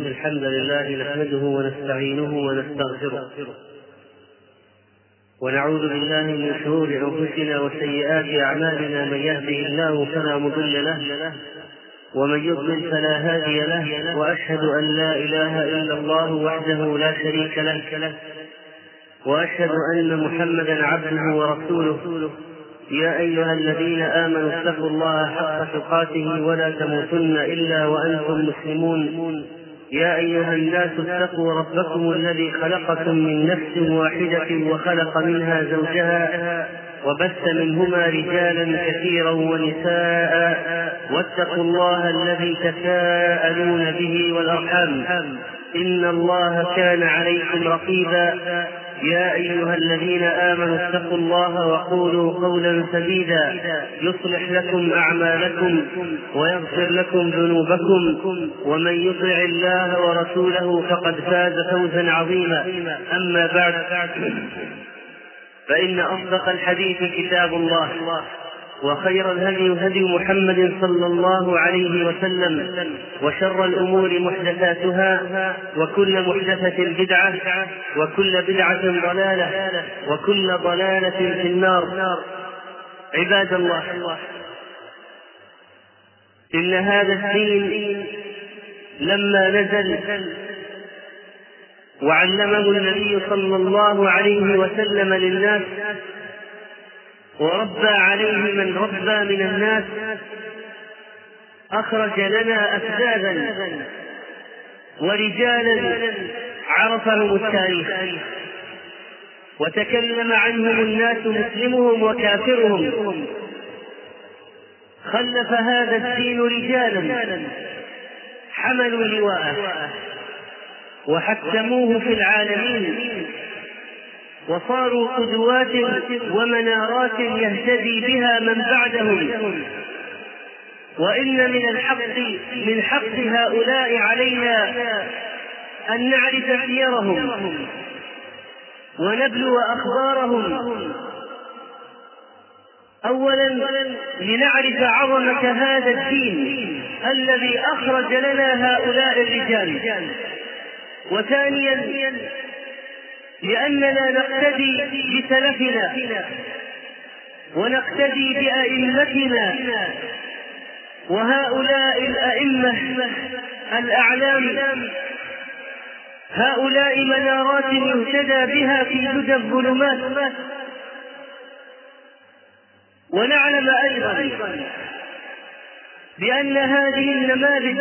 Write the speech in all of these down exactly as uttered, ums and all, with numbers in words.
الحمد لله نحمده ونستعينه ونستغفره ونعوذ بالله من شرور أنفسنا وسيئات أعمالنا. من يهده الله فلا مضل له ومن يضلل فلا هادي له، وأشهد أن لا إله إلا الله وحده لا شريك له، وأشهد أن محمدا عبده ورسوله. يا أيها الذين آمنوا اتقوا الله حق تقاته ولا تموتن إلا وأنتم مسلمون. يا أيها الناس اتقوا ربكم الذي خلقكم من نفس واحدة وخلق منها زوجها وبث منهما رجالا كثيرا ونساء، واتقوا الله الذي تساءلون به والأرحام، إن الله كان عليكم رقيبا. يا أيها الذين آمنوا اتقوا الله وقولوا قولا سديدا يصلح لكم أعمالكم ويغفر لكم ذنوبكم، ومن يطع الله ورسوله فقد فاز فوزا عظيما. أما بعد، فإن أصدق الحديث كتاب الله، وخير الهدي هدي محمد صلى الله عليه وسلم، وشر الأمور محدثاتها، وكل محدثة بدعة، وكل بدعة ضلالة، وكل ضلالة في النار. عباد الله، إن هذا الدين لما نزل وعلمه النبي صلى الله عليه وسلم للناس وربى عليه من ربى من الناس، أخرج لنا أسبابا ورجالا عرفهم التاريخ وتكلم عنهم الناس مسلمهم وكافرهم. خلف هذا الدين رجالا حملوا لواءه وحكموه في العالمين، وصاروا قدوات ومنارات يهتدي بها من بعدهم. وإن من الحق من حق هؤلاء علينا أن نعرف سيرهم ونبلو أخبارهم، أولا لنعرف عظمة هذا الدين الذي أخرج لنا هؤلاء الرجال، وثانيا لأننا نقتدي بسلفنا ونقتدي بأئمتنا، وهؤلاء الأئمة الأعلام هؤلاء منارات يهتدى بها في جدى الظلمات. ونعلم أيضا بأن هذه النماذج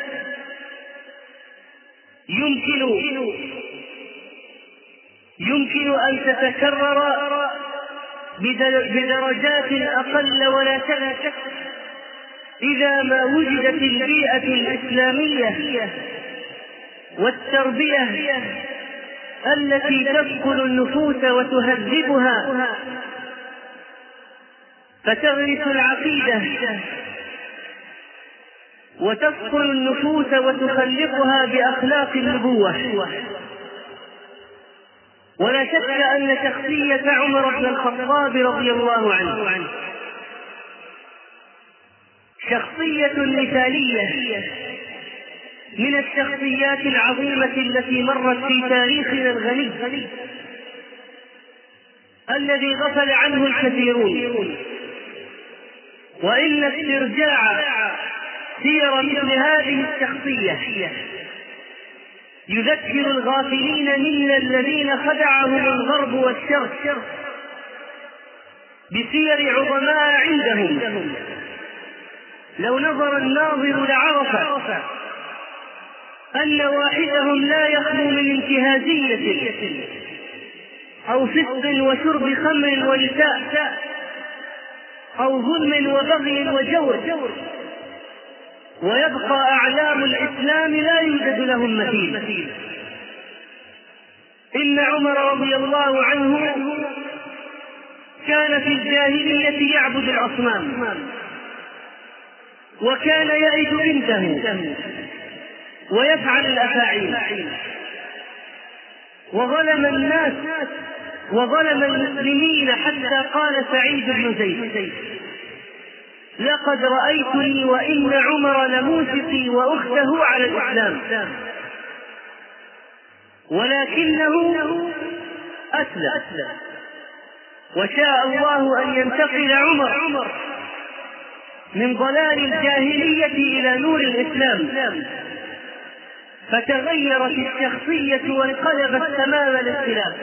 يمكن يمكن أن تتكرر بدرجات أقل ولا شك إذا ما وجدت البيئة الإسلامية والتربية التي تدخل النفوس وتهذبها فتغرس العقيدة وتدخل النفوس وتخلقها بأخلاق النبوة. ولا شك أن شخصية عمر بن الخطاب رضي الله عنه شخصية مثالية من الشخصيات العظيمة التي مرت في تاريخنا الغني الذي غفل عنه الكثيرون. وإن استرجاع سير مثل هذه الشخصية يذكر الغافلين منا الذين خدعهم الغرب والشرق بسير عظماء عندهم. لو نظر الناظر لعرف أن واحدهم لا يخلو من انتهازية أو فسق وشرب خمر ونساء أو ظلم وبغي وجور، ويبقى أعلام الإسلام لا يوجد لهم مثيل. إن عمر رضي الله عنه كان في الجاهلية يعبد الأصنام، وكان يئد بنته ويفعل الأفاعيل، وظلم الناس وظلم المسلمين، حتى قال سعيد بن زيد: لقد رأيتني وإن عمر لموثقي وأخته على الإسلام. ولكنه أسلم، وشاء الله أن ينتقل عمر من ضلال الجاهلية إلى نور الإسلام، فتغيرت الشخصية وانقلبت تمام الاختلاف،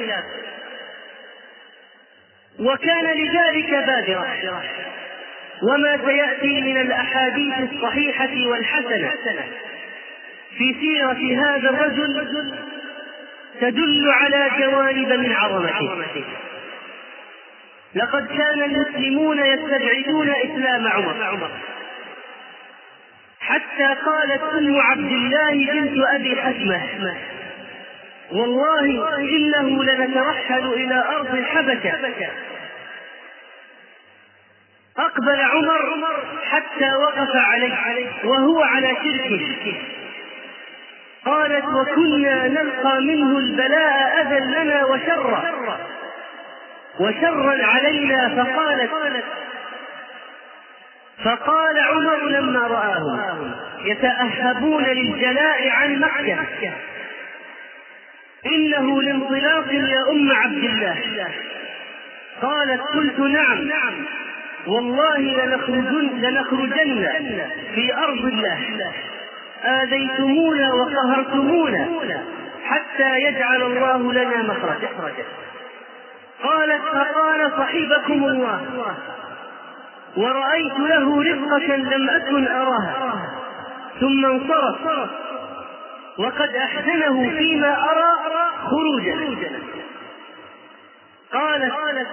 وكان لذلك بادرة. وما سيأتي من الأحاديث الصحيحة والحسنة في سيرة هذا الرجل تدل على جوانب من عظمته. لقد كان المسلمون يستبعدون إسلام عمر، حتى قالت أم عبد الله بنت أبي حسمة: والله إنه لنترحل إلى أرض الحبشة. أقبل عمر حتى وقف عليه وهو على شركه. قالت: وكنا نلقى منه البلاء أذى لنا وشرا وشرا علينا. فقالت فقال عمر لما رآهم يتأهبون للجلاء عن مكة: إنه لانطلاق يا أم عبد الله. قالت: قلت: نعم والله لنخرجن, لنخرجن في أرض الله، آذيتمونا وقهرتمونا حتى يجعل الله لنا مخرجا. قالت: فقال صحبكم الله، ورأيت له رفقة لم أكن أراها، ثم انصرف وقد أحزنه فيما أرى خروجا. قالت: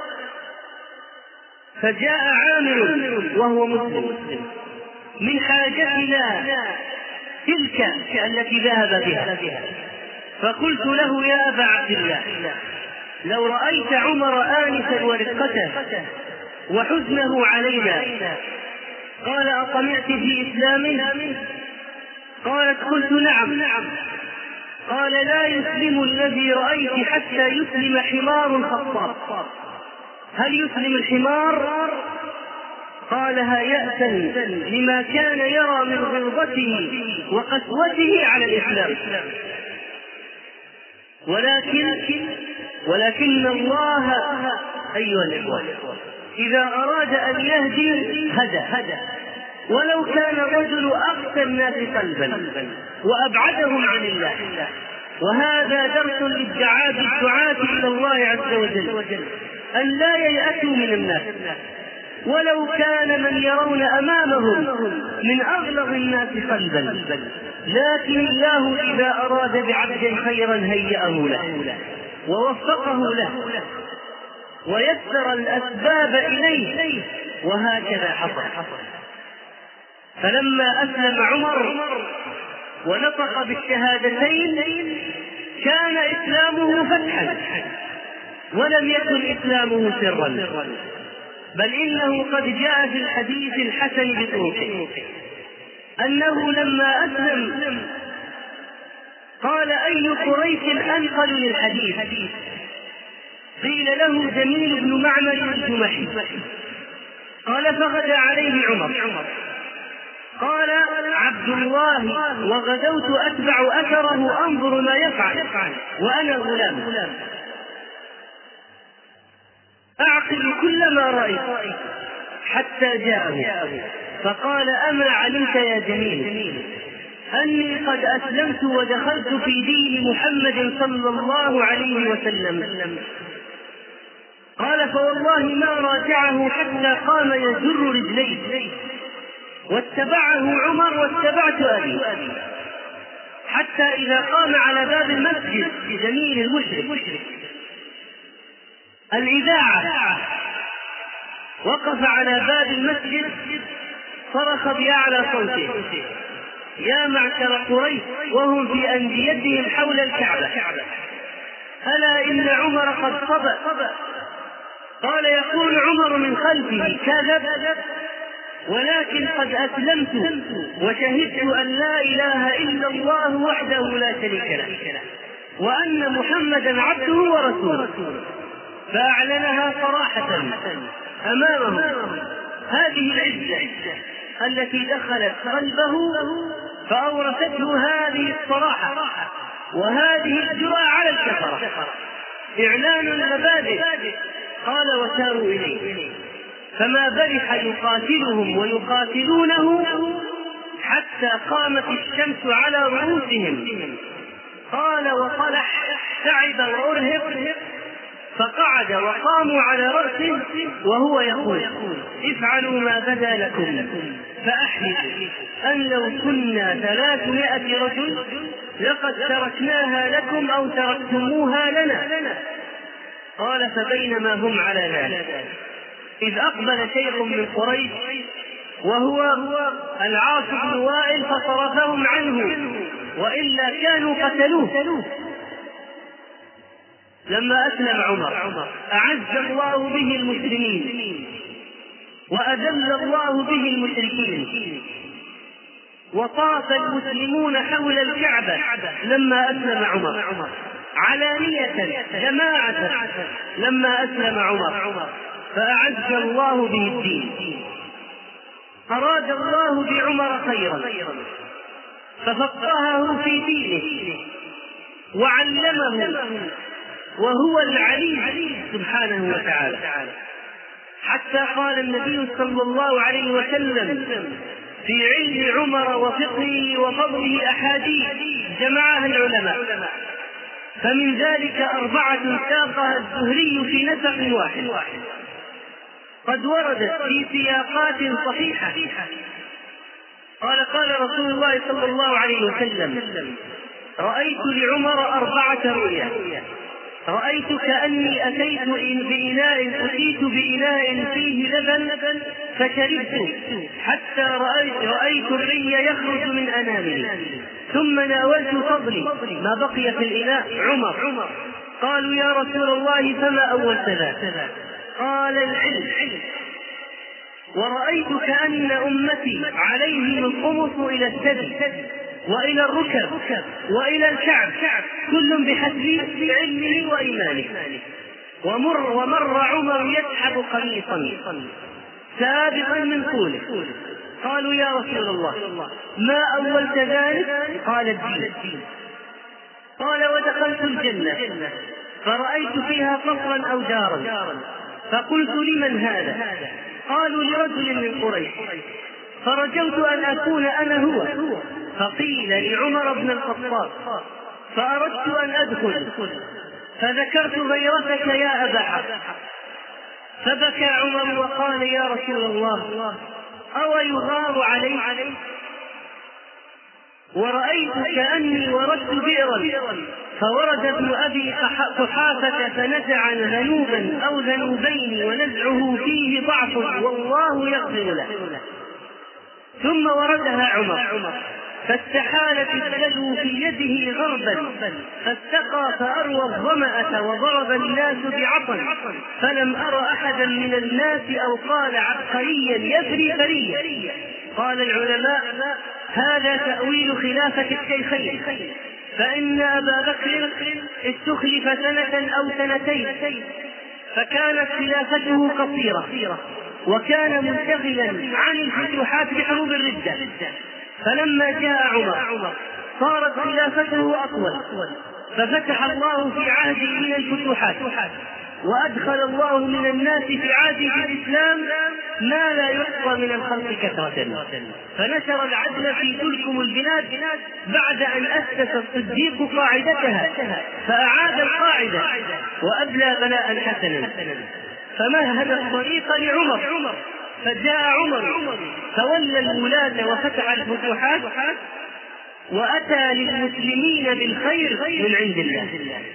فجاء عامر وهو مسلم من حاجتنا تلك التي ذهب بها، فقلت له: يا أبا عبد الله، لو رأيت عمر آنفا ورقته وحزنه علينا. قال: أطمعت في إسلامه؟ قالت: قلت: نعم. قال: لا يسلم الذي رأيت حتى يسلم حمار خطاب. هل يسلم الحمار؟ قالها يأسا لما كان يرى من غلظته وقسوته على الإسلام. ولكن ولكن الله أيها الإخوة إذا أراد أن يهدي هدى، ولو كان الرجل أقسى الناس قلبا وأبعدهم عن الله. وهذا درس للدعاة الدعاة إلى الله عز وجل، أن لا ييأسوا من الناس ولو كان من يرون أمامهم من أغلظ الناس قلبا، لكن الله إذا أراد بعبد خيرا هيأه له ووفقه له ويسر الأسباب إليه، وهكذا حصل. فلما أسلم عمر ونطق بالشهادتين كان إسلامه فتحا، ولم يكن إسلامه سرا، بل إنه قد جاء في الحديث الحسن بطرقه أنه لما أسلم قال: أي قريش أنقل للحديث؟ قيل له: جميل بن معمر الجمحي. قال: فغدا عليه عمر. قال عبد الله: وغدوت أتبع أثره أنظر ما يفعل وأنا غلام أعقل كل ما رأيت، حتى جاءه فقال: أما علمت يا جميل أني قد أسلمت ودخلت في دين محمد صلى الله عليه وسلم؟ قال: فوالله ما راجعه حتى قام يجر رجليه، واتبعه عمر واتبعت أبي، حتى إذا قام على باب المسجد جميل المشرك الإذاعة وقف على باب المسجد صرخ بأعلى صوته: يا معشر قريش، وهم في أنديتهم حول الكعبة، ألا إن عمر قد صبأ. قال: يقول عمر من خلفه: كذب، ولكن قد أسلمت وشهدت أن لا إله إلا الله وحده لا شريك له وأن محمدا عبده ورسوله. فأعلنها صراحة أمامهم. هذه العزة التي دخلت قلبه فأورثته هذه الصراحة وهذه الجرأة على الكفرة، إعلان المبادئ. قال وساروا إليه، فما برح يقاتلهم ويقاتلونه حتى قامت الشمس على رؤوسهم. قال وصلح تعب وأرهق فقعد وقاموا على رأسه وهو يقول افعلوا ما بدا لكم، فأحلف أن لو كنا ثلاثمائة رجل لقد تركناها لكم أو تركتموها لنا. قال فبينما هم على ذلك إذ أقبل شيخ من قريش وهو العاص بن وائل فصرفهم عنه، وإلا كانوا قتلوه. لما أسلم عمر أعز الله به المسلمين وأذل الله به المشركين، وطاف المسلمون حول الكعبة لما أسلم عمر علانية جماعة. لما أسلم عمر فأعز الله به الدين. أراد الله بعمر خيرا ففقهه في دينه وعلمه، وهو العليم سبحانه وتعالى، حتى قال النبي صلى الله عليه وسلم في علم عمر وفقهه وفضله أحاديث جمعها العلماء، فمن ذلك أربعة ساقها الزهري في نسق واحد قد وردت في سياقات صحيحة. قال قال رسول الله صلى الله عليه وسلم رأيت لعمر أربعة رؤيا: رأيت كأني أتيت بإناء أتيت بإناء فيه لبن فشربت حتى رأيت, رأيت الري يخرج من أناملي، ثم ناولت فضلي ما بقي في الإناء عمر. قالوا يا رسول الله فما أول ثلاث؟ قال العلم. ورأيت كأن أمتي عليهم الخمس إلى الثدي وإلى الركب وإلى الكعب، كل بحسب علمه وإيمانه. ومر, ومر عمر يسحب قميصا سابقا من طوله. قالوا يا رسول الله ما أولت ذلك؟ قال الدين. قال ودخلت الجنة فرأيت فيها قصرا أو دارا، فقلت لمن هذا؟ قالوا لرجل من قريش، فرجوت أن أكون أنا هو، فقيل لعمر بن الخطاب، فأردت أن أدخل فذكرت غيرتك يا أبا حفص، فبكى عمر وقال يا رسول الله أو يغار علي؟ ورأيت كأني وردت بئرا فورد ابن أبي قحافة فنزع ذنوبا أو ذنوبين ونزعه فيه ضعف والله يغفر له، ثم وردها عمر فاستحالت الدلو في يده غربا فاستقى فأروى الظمأة وضرب الناس بعطن، فلم أر أحدا من الناس أو قال عبقريا يفري فريا. قال العلماء هذا تأويل خلافة الشيخين، فإن أبا بكر استخلف سنة أو سنتين فكانت خلافته قصيرة، وكان منشغلا عن الفتوحات بحروب الردة، فلما جاء عمر صارت خلافته أطول، ففتح الله في عهده من الفتوحات، وأدخل الله من الناس في عهده في الإسلام ما لا يحصى من الخلق كثرة، فنشر العدل في تلكم البلاد بعد أن أسس الصديق قاعدتها، فأعاد القاعدة وأبلى بلاء حسنا، فمهد الطريق لعمر، فجاء عمر تولى الولاة وفتح الفتوحات وأتى للمسلمين بالخير من عند الله.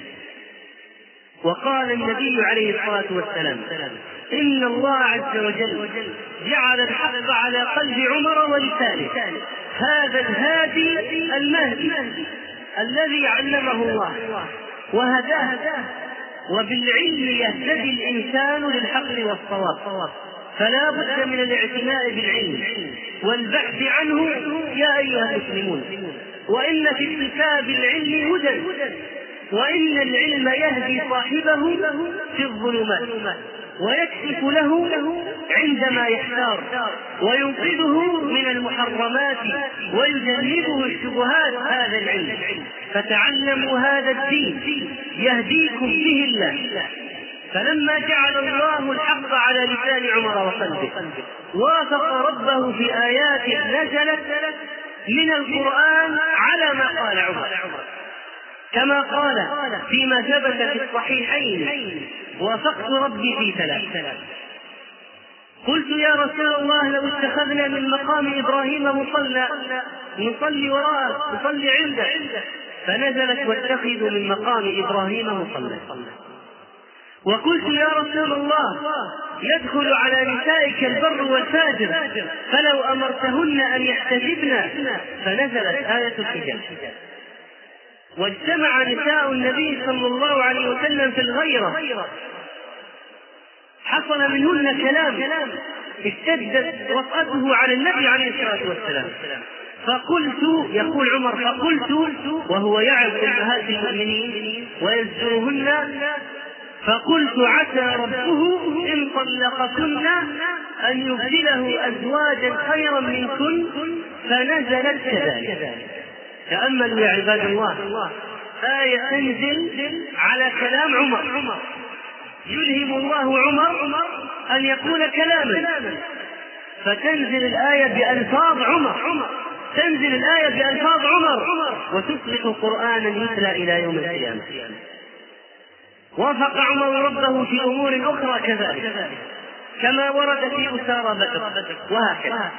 وقال النبي عليه الصلاة والسلام إن الله عز وجل جعل الحق على قلب عمر ولسانه، هذا الهادي المهدي الذي علمه الله وهداه، وبالعلم يهتدي الإنسان للحق والصواب، فلا بد من الاعتناء بالعلم والبحث عنه يا أيها المسلمون. وإن في اكتساب العلم هدى، وإن العلم يهدي صاحبه في الظلمات، ويكشف له عندما يحتار، وينقذه من المحرمات ويجنبه الشبهات. هذا العلم، فتعلموا هذا الدين يهديكم به الله. فلما جعل الله الحق على لسان عمر وقلبه وافق ربه في آيات نزلت من القرآن على ما قال عمر، كما قال فيما ثبت في الصحيحين: وافقت ربي في ثلاث. قلت يا رسول الله لو اتخذنا من مقام إبراهيم مصلى نصلي وراءك نصلي عنده، فنزلت: واتخذوا من مقام إبراهيم مصلى. وقلت يا رسول الله يدخل على نسائك البر والفاجر فلو أمرتهن أن يحتجبن، فنزلت آية الحجاب. واجتمع نساء النبي صلى الله عليه وسلم في الغيرة، حصل منهن كلام اشتدت وطأته على النبي عليه الصلاة والسلام. فقلت، يقول عمر، فقلت وهو يعظ أمهات المؤمنين ويزجرهن، فقلت: عسى ربه إن طلقكن أن يبدله أزواجا خيرا منكن، فنزلت كذلك. تأملوا يا عباد الله، آية تنزل على كلام عمر، يلهم الله عمر أن يقول كلاما، فتنزل الآية بألفاظ عمر، تنزل الآية بألفاظ عمر وتصبح قرآنا يتلى إلى يوم القيامة. وافق عمر ربه في أمور أخرى كذلك، كما ورد في أسارى بدر، وهكذا.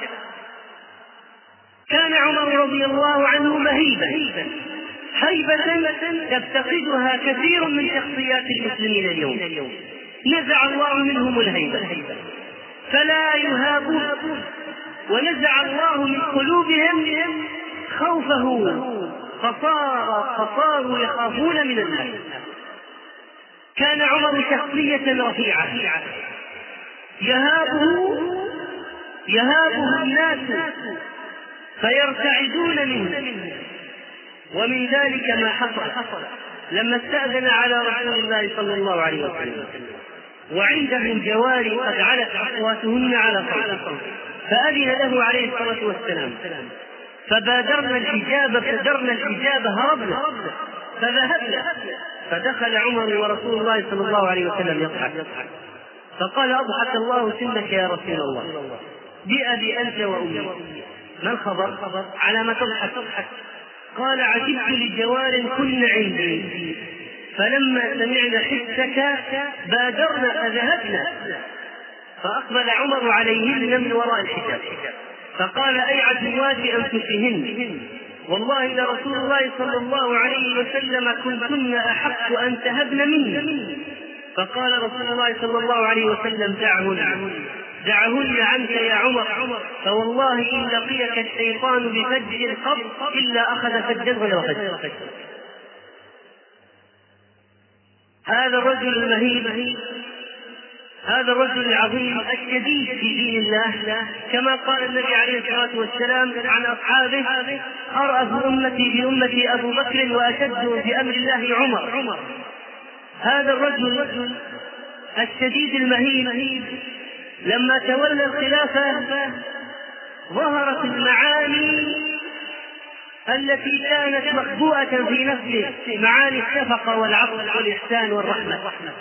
كان عمر رضي الله عنه مهيبا هيبة تفتقدها كثير من شخصيات المسلمين اليوم، نزع الله منهم الهيبة فلا يهابون، ونزع الله من قلوبهم خوفه فصاروا يخافون من الناس. كان عمر شخصية رفيعة يهابه يهابه الناس فيرتعدون منه. ومن ذلك ما حصل لما استأذن على رسول الله صلى الله عليه وسلم وعنده جواري قد علت أصواتهن على صوته، فأذن له عليه الصلاة والسلام، فبادرنا الحجاب فدرنا الحجاب هربنا فذهبنا. فدخل عمر ورسول الله صلى الله عليه وسلم يضحك، فقال: أضحك الله سنك يا رسول الله، بأبي أنت وأمي، ما الخبر؟ على ما تضحك؟ قال: عجبت لجوار كن عندي، فلما سمعنا حسك بادرنا فذهبنا. فأقبل عمر عليهن من وراء الحجاب فقال: أي عدوات أنفسهن، والله لرسول الله صلى الله عليه وسلم كنتن أحق أن تهبن مني. فقال رسول الله صلى الله عليه وسلم: دعهن دعهن عنك يا عمر، فوالله إن لقيك الشيطان بفج القبر إلا أخذ فجا غير فج. هذا الرجل المهيب، هذا الرجل العظيم الشديد في دين الله، كما قال النبي عليه الصلاة والسلام عن أصحابه: أرأف أمتي بأمتي أبو بكر وأشد في أمر الله عمر. هذا الرجل الشديد المهيب لما تولى الخلافة ظهرت المعاني التي كانت مخبوءة في نفسه، معاني الشفقة والعطف والإحسان والرحمة.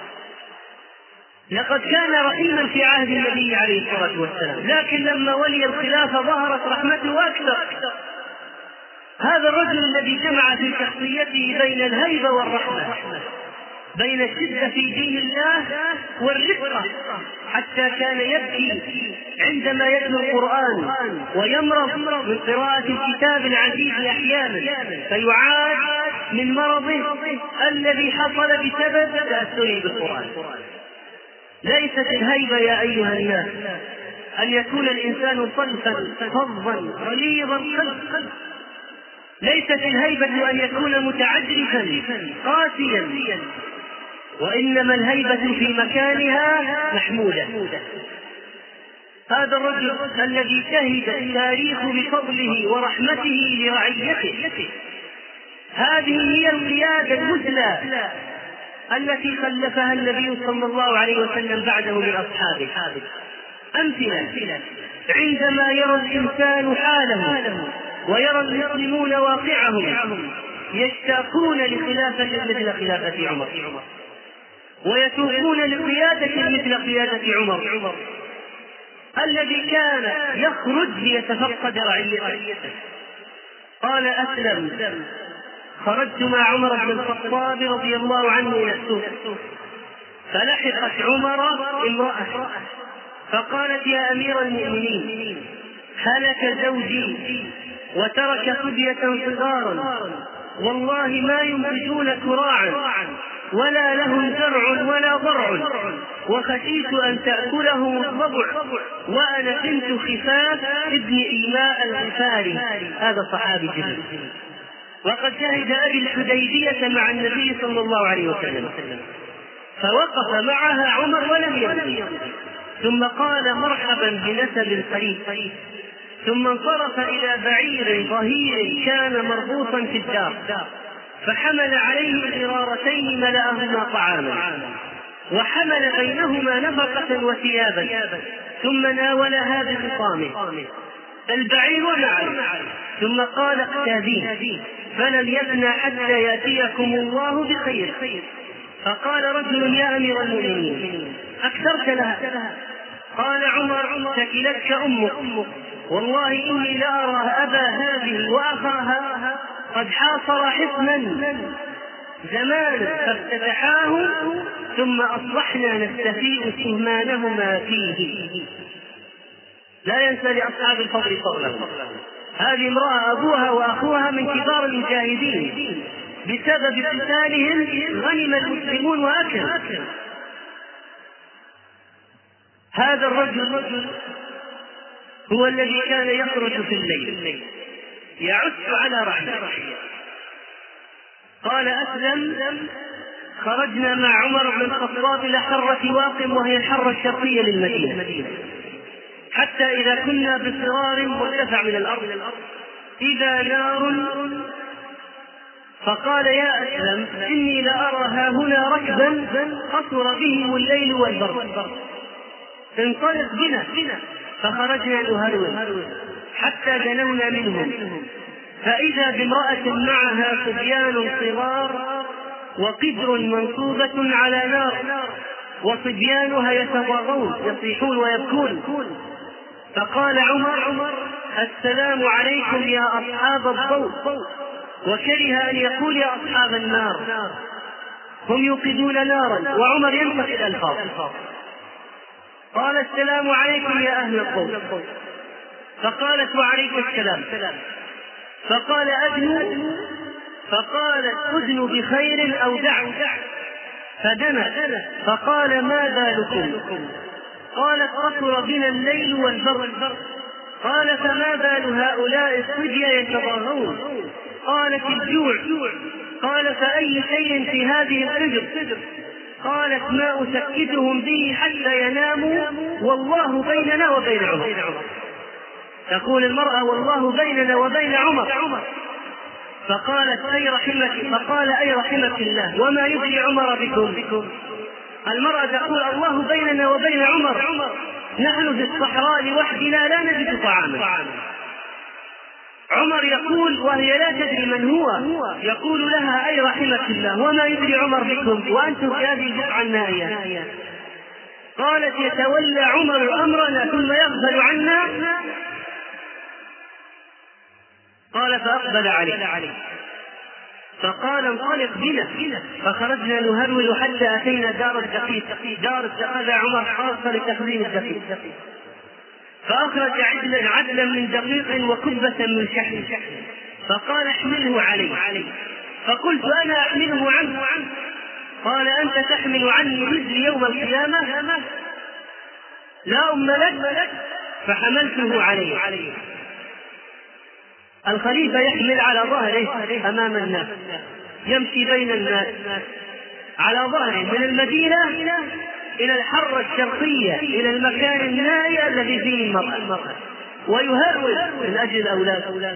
لقد كان رحيما في عهد النبي عليه الصلاة والسلام، لكن لما ولي الخلافة ظهرت رحمته أكثر. هذا الرجل الذي جمع في شخصيته بين الهيبة والرحمة، بين الشدة في دين الله والرقة، حتى كان يبكي عندما يتلو القرآن ويمرض من قراءة الكتاب العزيز أحيانا، فيعاد من مرضه الذي حصل بسبب تأثره بالقرآن. ليست الهيبة يا أيها الناس أن يكون الإنسان صلفا فظا غليظا القلب، ليست الهيبة أن يكون متعجرفا قاسيا، وإنما الهيبة في مكانها محمودة. هذا الرجل الذي شهد التاريخ بفضله ورحمته لرعيته، هذه هي القيادة المثلى التي خلفها النبي صلى الله عليه وسلم بعده من أصحابه. أمثلة: عندما يرى الإنسان حاله ويرى المسلمون واقعهم يشتاقون لخلافة مثل خلافة عمر، ويتوقون لقيادة مثل قيادة عمر الذي كان يخرج ليتفقد رعيته. قال أسلم: خرجت مع عمر بن الخطاب رضي الله عنه إلى السوق، فلحقت عمر امرأة فقالت: يا أمير المؤمنين، هلك زوجي وترك صبية صغارا، والله ما ينتجون كراعا ولا لهم زرع ولا ضرع، وخشيت أن تأكلهم الضبع، وأنا بنت خفاف ابن إيماء الغفاري. هذا صحابي جليل، وقد شهد أبي الحديبية مع النبي صلى الله عليه وسلم، فوقف معها عمر ولم يمضي، ثم قال: مرحبا بنسب قريب، ثم انصرف إلى بعير ظهير كان مربوطا في الدار، فحمل عليه غرارتين ملأهما طعاما، وحمل بينهما نفقة وثيابا، ثم ناولها بخصامه البعير ومعه، ثم قال: اقتاديه، فلن يفنى حتى يأتيكم الله بخير. فقال رجل: يا أمير المؤمنين، أكثرت لها. قال عمر: ثكلتك أمك، والله إني لأرى أبا هذه وأخاها قد حاصر حصنا زمان فافتتحاه، ثم أصبحنا نستفيء سهمانهما فيه. لا ينسى لأصحاب الفضل فضلهم. هذه امرأة أبوها وأخوها من كبار المجاهدين، بسبب قتالهم غنم المسلمون وأكل. هذا الرجل هو الذي كان يخرج في الليل يعث على رعيته. قال أسلم: خرجنا مع عمر بن الخطاب إلى حرة واقم، وهي الحرة الشرقية للمدينة، حتى إذا كنا بصرار مرتفع من الأرض إذا نار، فقال: يا أسلم، إني لأرى هنا ركبا قصر بهم الليل والبرد، انطلق بنا. فخرجنا نهرول حتى دنونا منهم، فإذا بامرأة معها صبيان صغار وقدر منصوبة على نار، وصبيانها يتضاغون يصيحون ويبكون. فقال عمر: السلام عليكم يا أصحاب الضوء، وكره أن يقول يا أصحاب النار، هم يوقدون نارا، وعمر ينطق الألفاظ. قال: السلام عليكم يا أهل الضوء، فقالت: وعليكم السلام. فقال: أدنوا، فقالت: أدنوا بخير أو دعوا، فدنا. فقال: ما بالكم؟ قالت: قصر بنا الليل والبرد. قال: فما بال هؤلاء الصبية يتضاغون؟ قالت: الجوع. قال: فأي شيء في هذه القدر؟ قالت: ما أسكتهم به حتى يناموا، والله بيننا وبين عمر. تقول المرأة: والله بيننا وبين عمر. فقالت: أي رحمك فقال: أي رحمك الله، وما يدري عمر بكم؟ المرأة تقول: الله بيننا وبين عمر، نحن في الصحراء لوحدنا لا نجد طعاما. عمر يقول وهي لا تدري من هو، يقول لها: أي رحمك الله، وما يدري عمر بكم وأنتم في هذه البقعة النائية؟ قالت: يتولى عمر أمرنا ثم يغفل عنا. قال: فأقبل عليه، فقال: انطلق بنا. فخرجنا نهرول حتى أتينا دار الدقيق. دار اتخذها عمر خاصة لتخزين الدقيق، فأخرج عدلا عدلا من دقيق وكبة من شحم، فقال: احمله علي. فقلت: أنا أحمله عنه. قال: أنت تحمل عني رجلي يوم القيامة؟ لا أم لك. فحملته عليه. الخليفة يحمل على ظهره أمام الناس، يمشي بين الناس على ظهره من المدينة إلى الحرة الشرقية، إلى المكان النائي الذي فيه المرأة، ويهرول من أجل الأولاد.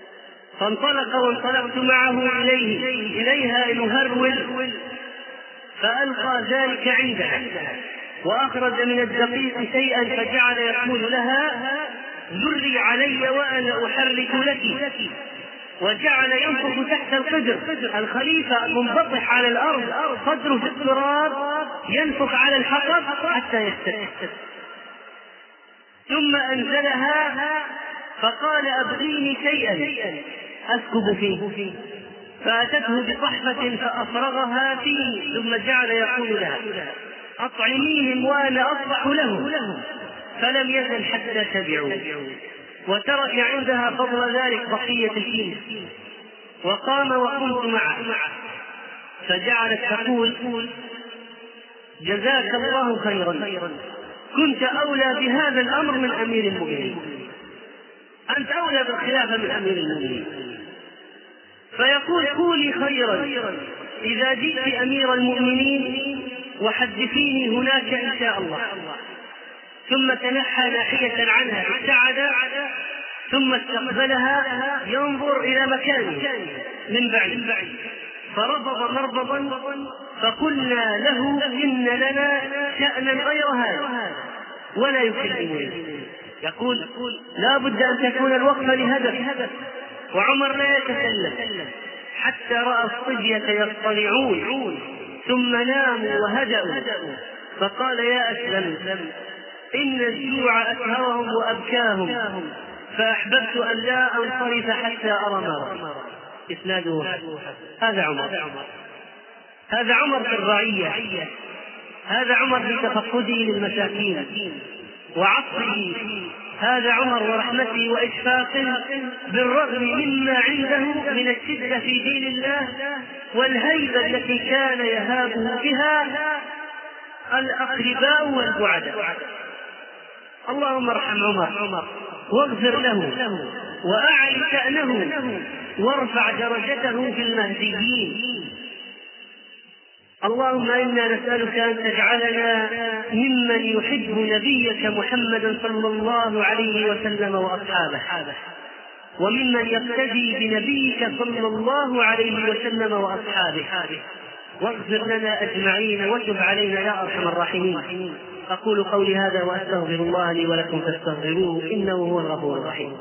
فانطلق وانطلقت معه إليه إليها نهرول، فألقى ذلك عندها وأخرج من الدقيق شيئا فجعل يقول لها ذري علي وأنا أحرك لك، وجعل ينفخ تحت القدر. الخليفة منبطح على الأرض قدره في التراب ينفخ على الحطب حتى يستتب، ثم أنزلها فقال أبغيني شيئا أسكب فيه، فأتته بصحفة فأفرغها فيه، ثم جعل يقول لها أطعميهم وأنا أصبح لهم، فلم يزل حتى شبعوا، وترك عندها فضل ذلك بقية الكيس، وقام وقمت معه، فجعلت تقول جزاك الله خيرا، كنت أولى بهذا الأمر من أمير المؤمنين، أنت أولى بالخلافة من أمير المؤمنين. فيقول قولي خيرا إذا جئت أمير المؤمنين وحدثيني هناك إن شاء الله. ثم تنحى ناحية عنها ابتعد، ثم استقبلها ينظر إلى مكانه من بعيد، فربض مربضا، فقلنا له إن لنا شأنا غير هذا ولا يكلمني. يقول لا بد أن تكون الوقفة لهدف، وعمر لا يتكلم حتى رأى الصبية يطلعون، ثم ناموا وهدأوا، فقال يا أسلم إن الجوع أسهرهم وأبكاهم، فأحببت أن لا أنصرف حتى أرى ما إسناده. هذا عمر، هذا عمر في الرعية، هذا عمر في تفقده للمساكين وعطفه، هذا عمر ورحمته وإشفاقه بالرغم مما عنده من الشدة في دين الله والهيبة التي كان يهابه بها الأقرباء والبعداء. اللهم ارحم عمر واغفر له وأعل شأنه وارفع درجته في المهديين. اللهم إنا نسألك أن تجعلنا ممن يحب نبيك محمدا صلى الله عليه وسلم وأصحابه، وممن يقتدي بنبيك صلى الله عليه وسلم وأصحابه، واغفر لنا أجمعين وتب علينا يا أرحم الراحمين. أقول قولي هذا وأستغفر الله لي ولكم فاستغفروه إنه هو الغفور الرحيم.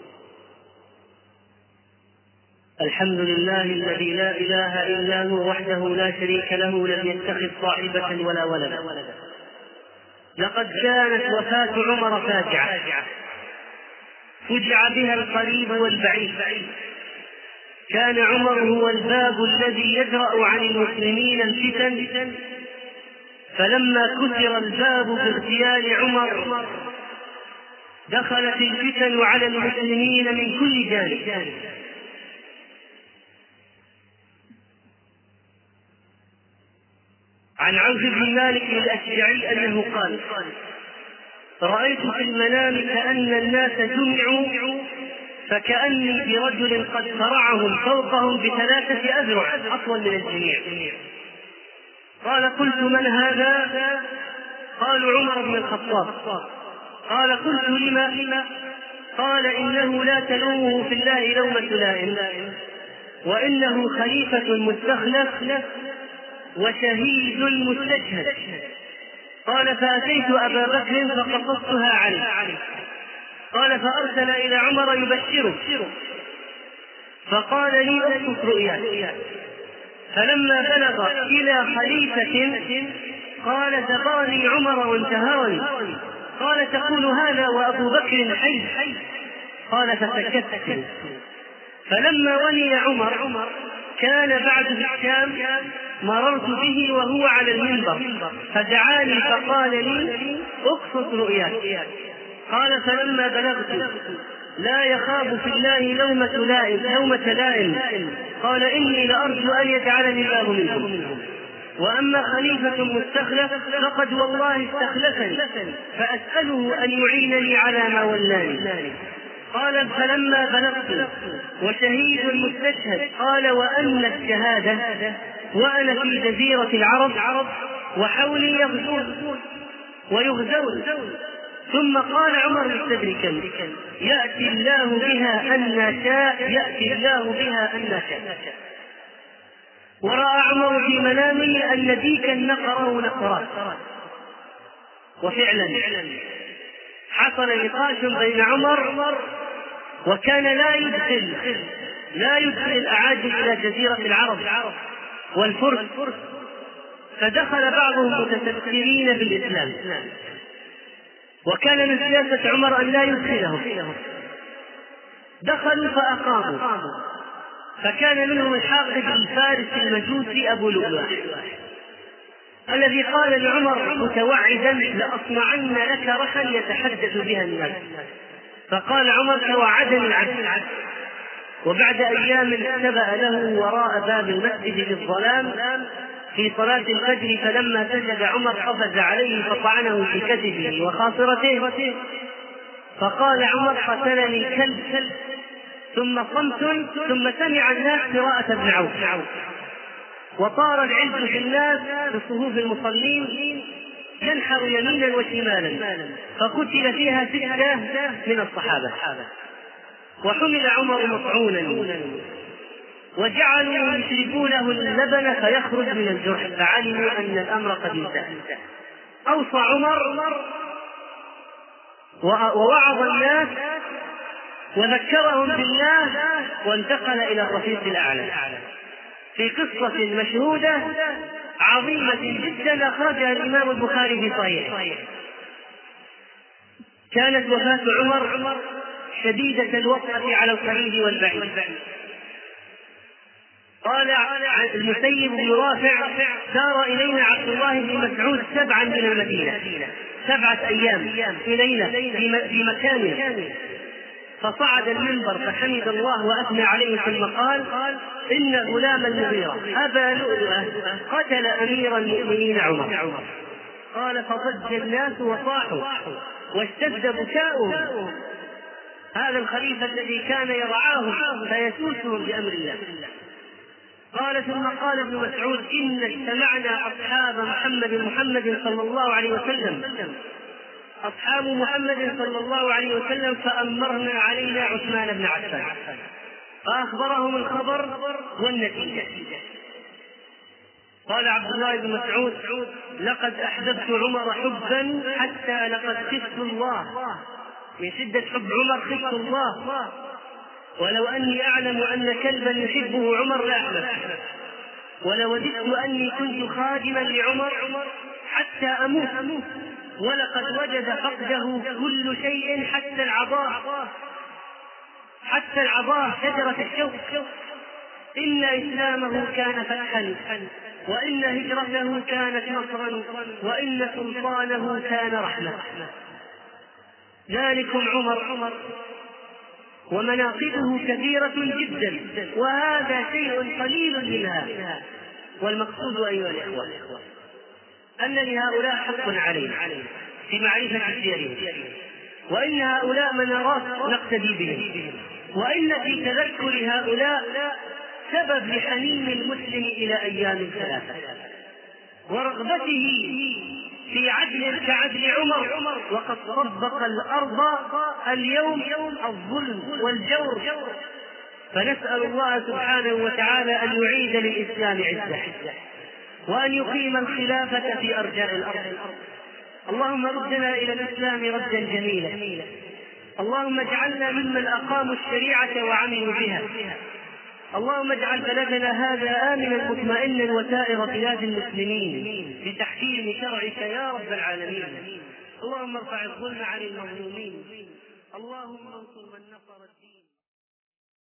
الحمد لله الذي لا إله إلا هو وحده لا شريك له، لم يتخذ صاحبة ولا ولدا. لقد كانت وفاة عمر فاجعة، فجع بها القريب والبعيد. كان عمر هو الباب الذي يدرأ عن المسلمين الفتن، فلما كسر الباب باغتيال عمر دخلت الفتن على المسلمين من كل جانب. عن عوف بن مالك الأشجعي أنه قال رأيت في المنام كأن الناس جمعوا، فكأني برجل قد صرعهم فوقهم بثلاثة أذرع أطول من الجميع. قال قلت من هذا؟ قالوا عمر بن الخطاب. قال قلت لما؟ قال إنه لا تلومه في الله لومة لائم، وإنه خليفة مستخلف وشهيد مستشهد. قال فأتيت أبا بكر فقصصتها عليه، قال فأرسل إلى عمر يبشره، فقال لي أقصص رؤياك. فلما بلغ إلى خليفة قال سباني عمر وانتهرني. قال تقول هذا وأبو بكر حي؟ قال فسكت. فلما ولي عمر كان بعد في الشام مررت به وهو على المنبر فدعاني فقال لي اقصص رؤياك. قال فلما بلغت لا يخاف في الله لومة لائم لومة لائم قال إني لأرجو أن يجعلني الله منهم، وأما خليفة مستخلف فقد والله استخلفني، فأسأله أن يعينني على ما ولاني. قال فلما بلغت وشهيد مستشهد قال وأن الشهادة وأنا في جزيرة العرب وحولي يغزون ويغزون. ثم قال عمر مستدركا يأتي الله بها أن شاء، يأتي الله بها أن شاء. ورأى عمر في منامه أن ديكا نقره نقرات، وفعلا حصل نقاش بين عمر، وكان لا يدخل لا يدخل الأعاجم إلى جزيرة العرب والفرس، فدخل بعضهم متسترين بالإسلام، وكان من سياسة عمر أن لا يدخلهم، دخلوا فأقاموا، فكان منهم الحاقد الفارسي المجوسي أبو لؤلؤة الذي قال لعمر متوعدا: لأصنعن لك رحا يتحدث بها الناس. فقال عمر: توعدني العبد. وبعد أيام اختبأ له وراء باب المسجد في الظلام في صلاة الفجر، فلما سجد عمر قفز عليه فطعنه في كتفه وخاصرته، فقال عمر: قتلني الكلب. ثم صمت، ثم سمع الناس قراءة ابن عوف، وطار العز في الناس في صفوف المصلين ينحر يمينا وشمالا، فقتل فيها ستة من الصحابة، وحمل عمر مطعونا، وجعلوا يشربونه اللبن فيخرج من الجرح، فعلموا أن الأمر قد انتهى. أوصى عمر ووعظ الناس وذكرهم بالله، وانتقل إلى الرفيق الأعلى في قصة مشهودة عظيمة جدا أخرجها الإمام البخاري في صحيحه. كانت وفاة عمر شديدة الوطأة على القريب والبعيد. قال المسيب بن رافع: سار إلينا عبد الله بن مسعود سبعا من المدينة، سبعة أيام في ليلة في مكان، فصعد المنبر فحمد الله وأثنى عليه، ثم قال: إن غلام المغيرة أبا لؤلؤة قتل أمير المؤمنين عمر. قال: فضج الناس وصاحوا واشتد بكاؤهم، هذا الخليفة الذي كان يرعاهم فيسوسهم بأمر الله. قال: ثم قال ابن مسعود: إن اجتمعنا أصحاب محمد محمد صلى الله عليه وسلم أصحاب محمد صلى الله عليه وسلم فأمرنا علينا عثمان بن عفان، فأخبرهم الخبر والنتيجة. قال عبد الله بن مسعود: لقد أحببت عمر حبا حتى لقد خفت الله، من شدة حب عمر خفت الله، ولو أني أعلم أن كلبا يحبه عمر لأحببته، ولوددت أني كنت خادما لعمر حتى أموت، ولقد وجد فقده كل شيء حتى العضاء حتى العضاء شجرة الشوك. إن إسلامه كان فتحا، وإن هجرته كانت نصرا، وإن سلطانه كان رحمة. ذلكم عمر، ومناقبه كثيرة جدا، وهذا شيء قليل منها. والمقصود أيها الإخوة أن لهؤلاء حق علينا في معرفة سيرهم، وإن هؤلاء منارات نقتدي بهم، وإن في تذكر هؤلاء سبب لحنين المسلم إلى أيام ثلاثة، ورغبته في عدل كعدل عمر، وقد طبق الأرض اليوم الظلم والجور. فنسأل الله سبحانه وتعالى أن يعيد للإسلام عزه، وأن يقيم الخلافة في أرجاء الأرض. اللهم ردنا إلى الإسلام ردا جميلا، اللهم اجعلنا ممن أقاموا الشريعة وعملوا بها. اللهم اجعل بلدنا هذا آمنا مطمئنا وسائر بلاد المسلمين بتحكيم شرعك يا رب العالمين. اللهم ارفع الظلم عن المظلومين، اللهم انصر من نصر الدين.